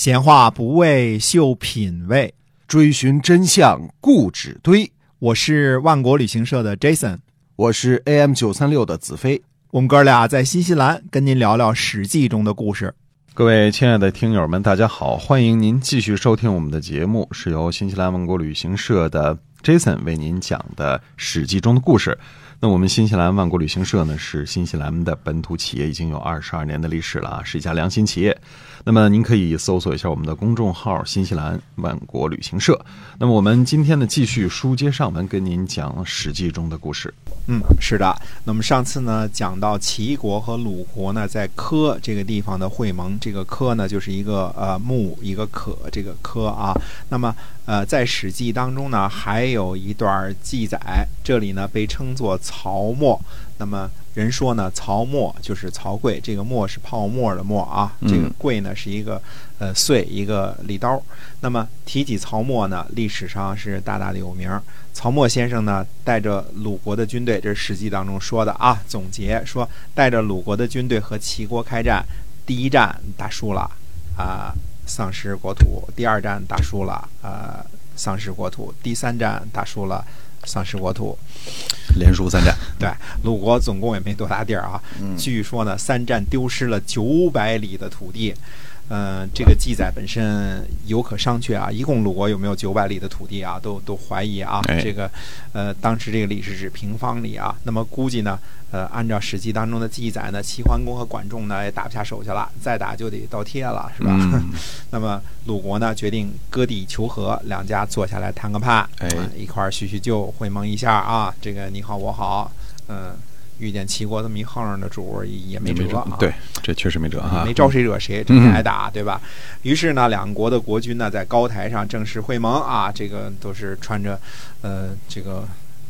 闲话不为秀品味， 追寻真相固执堆。 我是万国旅行社的 Jason， 我是 AM936 的子飞。 我们哥俩在新西兰跟您聊聊《史记》中的故事。 各位亲爱的听友们，大家好，欢迎您继续收听我们的节目，是由新西兰万国旅行社的 Jason 为您讲的《史记》中的故事。那我们新西兰万国旅行社呢，是新西兰的本土企业，已经有22年的历史了啊，是一家良心企业。那么您可以搜索一下我们的公众号新西兰万国旅行社。那么我们今天呢，继续书接上文，跟您讲《史记》中的故事。 是的。那么上次呢，讲到齐国和鲁国呢，在柯这个地方的会盟。这个柯呢，就是一个木一个可，这个柯啊。那么在《史记》当中呢，还有一段记载，这里呢被称作曹沫。那么人说呢，曹沫就是曹刿，这个沫是泡沫的沫啊，这个刿呢是一个穗，一个利刀。那么提起曹沫呢，历史上是大大的有名。曹沫先生呢，带着鲁国的军队，这是《史记》当中说的啊。总结说，带着鲁国的军队和齐国开战，第一战打输了丧失国土；第二战打输了丧失国土；第三战打输了，丧失国土， 连输3战。 对，鲁国总共也没多大地儿啊。据说呢，3战丢失了900里的土地。这个记载本身有可商榷啊。一共鲁国有没有900里的土地啊？都怀疑啊。这个当时这个里是指平方里啊。那么估计呢，按照《史记》当中的记载呢，齐桓公和管仲呢也打不下手去了，再打就得倒贴了，是吧？那么鲁国呢决定割地求和，两家坐下来谈个判，一块叙叙旧，会盟一下啊。这个你好我好，遇见齐国这么一横的主也没辙啊。 对，这确实没辙啊， 没招谁惹谁，整天挨打，对吧？于是呢，两国的国君呢在高台上正式会盟啊。这个都是穿着这个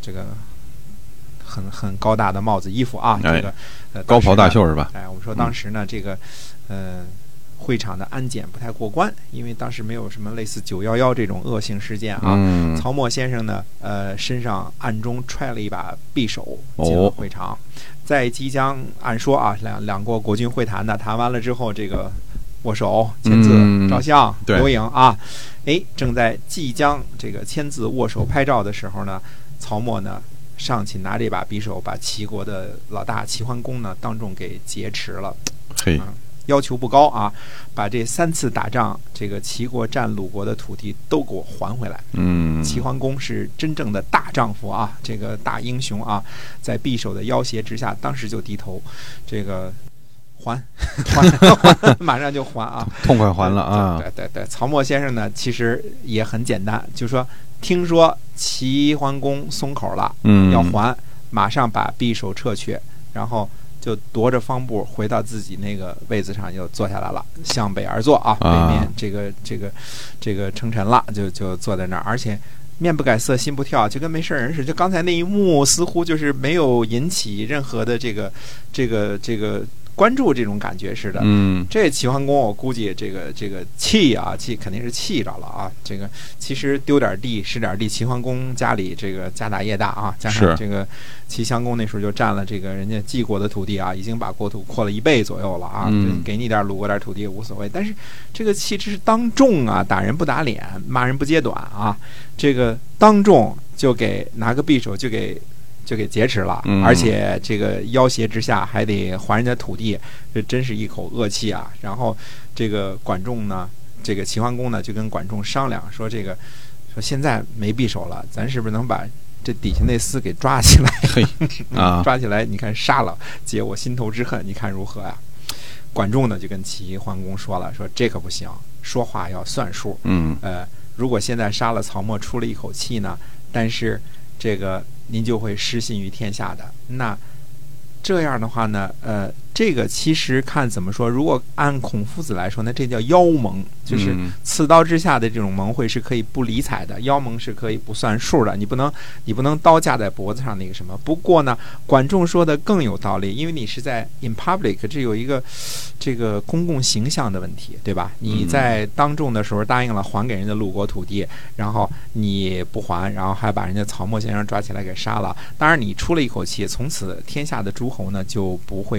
很高大的帽子衣服啊，这个高袍大袖是吧？ 我们说当时呢，这个会场的安检不太过关，因为当时没有什么类似911这种恶性事件啊。曹沫先生呢，身上暗中揣了一把匕首进了会场，在即将按说啊，两国国君会谈呢，谈完了之后，这个握手、签字、照相、留影啊，正在即将这个签字、握手、拍照的时候呢，曹沫呢上去拿这把匕首，把齐国的老大齐桓公呢当众给劫持了。要求不高啊，把这3次打仗，这个齐国占鲁国的土地都给我还回来。齐桓公是真正的大丈夫啊，这个大英雄啊，在匕首的要挟之下，当时就低头，这个还马上就还啊， 痛快还了啊！ 对，曹沫先生呢，其实也很简单，就说听说齐桓公松口了，要还，马上把匕首撤去，然后就踱着方步回到自己那个位子上，就坐下来了，向北而坐啊，北面这个称臣了，就坐在那儿，而且面不改色心不跳，就跟没事人似的。就刚才那一幕，似乎就是没有引起任何的这个关注这种感觉似的。这齐桓公我估计这个气肯定是气着了啊。这个其实丢点地失点地，齐桓公家里这个家大业大啊，加上这个齐襄公那时候就占了这个人家晋国的土地啊，已经把国土扩了1倍左右了啊。给你点鲁国点土地也无所谓，但是这个气这是当众啊，打人不打脸，骂人不揭短啊，这个当众就给拿个匕首就给劫持了，而且这个要挟之下还得还人家土地，这真是一口恶气啊。然后这个管仲呢，这个齐桓公呢就跟管仲商量说，说现在没匕首了，咱是不是能把这底下那厮给抓起来？抓起来，你看杀了，解我心头之恨，你看如何呀？管仲呢就跟齐桓公说了，说这可不行，说话要算数。如果现在杀了曹沫出了一口气呢，但是这个您就会失信于天下的。那这样的话呢，这个其实看怎么说，如果按孔夫子来说呢，这叫妖盟，就是刺刀之下的这种盟会是可以不理睬的，妖盟是可以不算数的，你不能刀架在脖子上那个什么。不过呢，管仲说的更有道理，因为你是在 in public， 这有一个这个公共形象的问题，对吧？你在当众的时候答应了还给人家鲁国土地，然后你不还，然后还把人家曹沫先生抓起来给杀了，当然你出了一口气，从此天下的诸侯呢就不会这么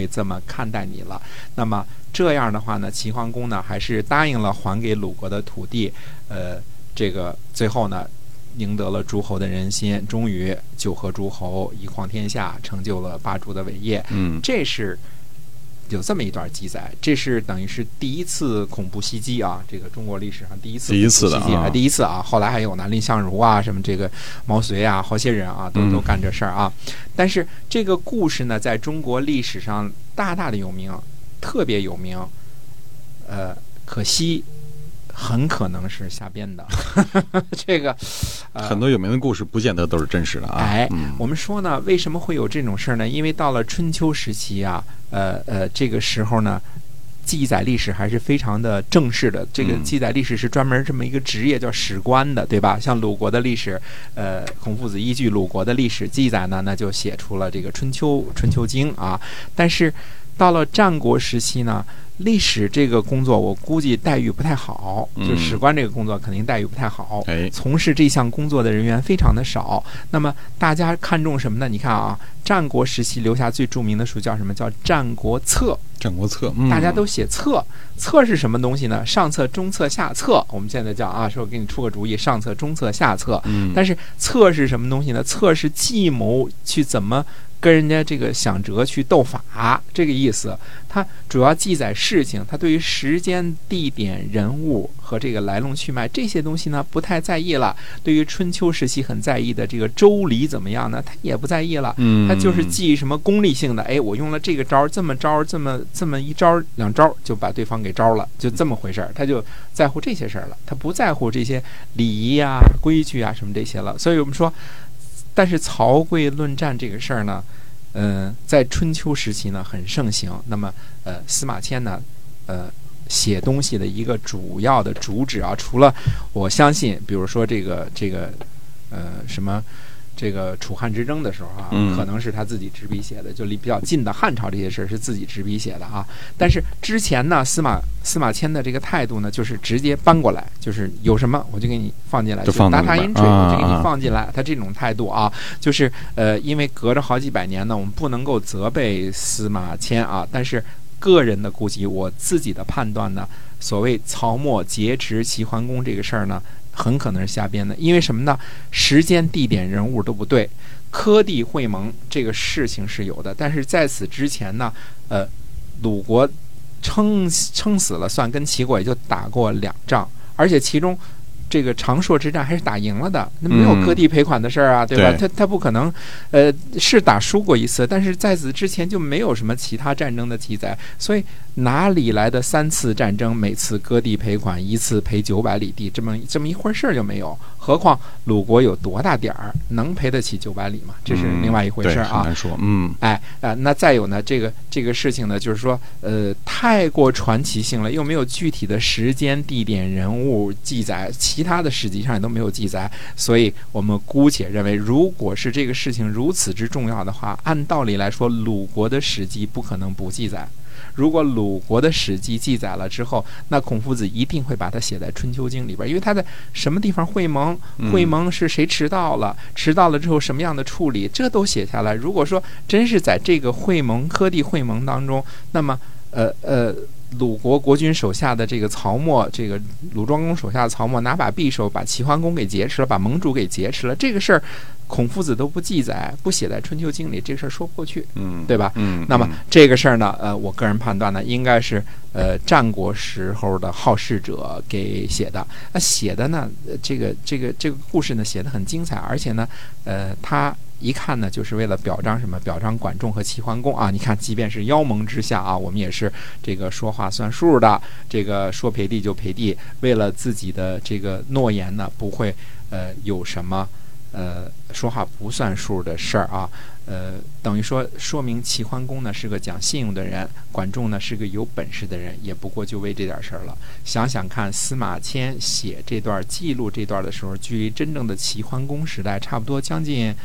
看待你了。那么这样的话呢，齐桓公呢还是答应了还给鲁国的土地，这个最后呢赢得了诸侯的人心，终于九合诸侯，一匡天下，成就了霸主的伟业。这是有这么一段记载，这是等于是第一次恐怖袭击啊，这个中国历史上第一次袭击啊，第一次啊，后来还有呢，蔺相如啊，什么这个毛遂啊，好些人啊，都干这事儿啊。但是这个故事呢，在中国历史上大大的有名，特别有名，可惜很可能是瞎编的。这个很多有名的故事不见得都是真实的啊。 我们说呢，为什么会有这种事儿呢？因为到了春秋时期啊，这个时候呢，记载历史还是非常的正式的。这个记载历史是专门这么一个职业叫史官的，对吧？像鲁国的历史，孔夫子依据鲁国的历史记载呢，那就写出了这个春秋经啊。但是到了战国时期呢，历史这个工作我估计待遇不太好，就史官这个工作肯定待遇不太好，从事这项工作的人员非常的少。那么大家看重什么呢？你看啊，战国时期留下最著名的书叫什么？叫《战国策》。 战国策， 大家都写策。策是什么东西呢？上策、中策、下策。我们现在叫啊，说我给你出个主意，上策、中策、下策。但是策是什么东西呢？策是计谋去怎么跟人家这个想辙去斗法，这个意思。它主要记载事情，它对于时间、地点、人物和这个来龙去脉这些东西呢不太在意了。对于春秋时期很在意的这个周礼怎么样呢，他也不在意了。他就是记什么功利性的，哎，我用了这个招，这么一招两招就把对方给招了，就这么回事儿。他就在乎这些事儿了，他不在乎这些礼仪啊、规矩啊什么这些了。所以我们说，但是曹刿论战这个事儿呢，在春秋时期呢很盛行。那么司马迁呢写东西的一个主要的主旨啊，除了我相信比如说这个什么这个楚汉之争的时候啊，可能是他自己执笔写的，就离比较近的汉朝这些事是自己执笔写的啊。但是之前呢，司马迁的这个态度呢，就是直接搬过来，就是有什么我就给你放进来，就大踏音锤我就给你放进来。他这种态度啊，就是因为隔着好几百年呢，我们不能够责备司马迁啊，但是个人的估计，我自己的判断呢，所谓曹沫劫持齐桓公这个事儿呢，很可能是瞎编的。因为什么呢？时间、地点、人物都不对。科地会盟这个事情是有的，但是在此之前呢，鲁国撑死了算，跟齐国也就打过2仗，而且其中这个长硕之战还是打赢了的，那没有割地赔款的事儿啊，对吧？他不可能，是打输过一次，但是在此之前就没有什么其他战争的记载，所以哪里来的3次战争，每次割地赔款，一次赔900里地，这么一回事就没有。何况鲁国有多大点儿，能赔得起900里吗？这是另外一回事啊。 很难说。 那再有呢，这个事情呢，就是说，太过传奇性了，又没有具体的时间、地点、人物记载，其他的史籍上也都没有记载，所以我们姑且认为，如果是这个事情如此之重要的话，按道理来说，鲁国的史记不可能不记载。如果鲁国的史记记载了之后，那孔夫子一定会把它写在《春秋经》里边，因为他在什么地方会盟，会盟是谁迟到了之后什么样的处理，这都写下来。如果说真是在这个会盟、科地会盟当中，那么鲁国国君手下的这个曹沫，这个鲁庄公手下的曹沫拿把匕首把齐桓公给劫持了，把盟主给劫持了，这个事儿孔夫子都不记载，不写在《春秋经》里，这个事儿说不过去，对吧？那么这个事儿呢，我个人判断呢，应该是战国时候的好事者给写的。那写的呢，这个故事呢写得很精彩，而且呢，他一看呢，就是为了表彰什么？表彰管仲和齐桓公啊！你看，即便是邀盟之下啊，我们也是这个说话算数的，这个说赔地就赔地，为了自己的这个诺言呢，不会有什么说话不算数的事儿啊。等于说明齐桓公呢是个讲信用的人，管仲呢是个有本事的人，也不过就为这点事儿了。想想看，司马迁写这段记录这段的时候，距离真正的齐桓公时代差不多将近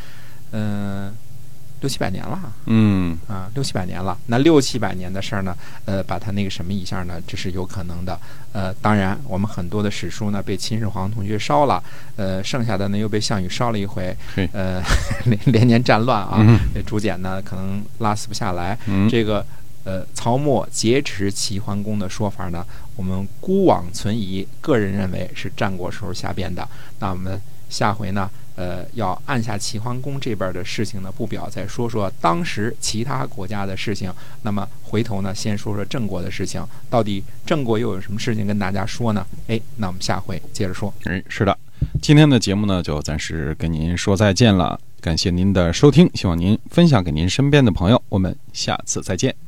600-700年了，600-700年了。那600-700年的事儿呢，把它那个什么一下呢，这是有可能的。当然，我们很多的史书呢被秦始皇同学烧了，剩下的呢又被项羽烧了一回，连年战乱啊，这竹简呢可能拉撕不下来。这个曹沫劫持齐桓公的说法呢，我们姑妄存疑，个人认为是战国时候瞎编的。那我们下回呢，要按下齐桓公这边的事情呢不表，再说说当时其他国家的事情。那么回头呢，先说说郑国的事情，到底郑国又有什么事情跟大家说呢？那我们下回接着说。 是的，今天的节目呢就暂时跟您说再见了，感谢您的收听，希望您分享给您身边的朋友，我们下次再见。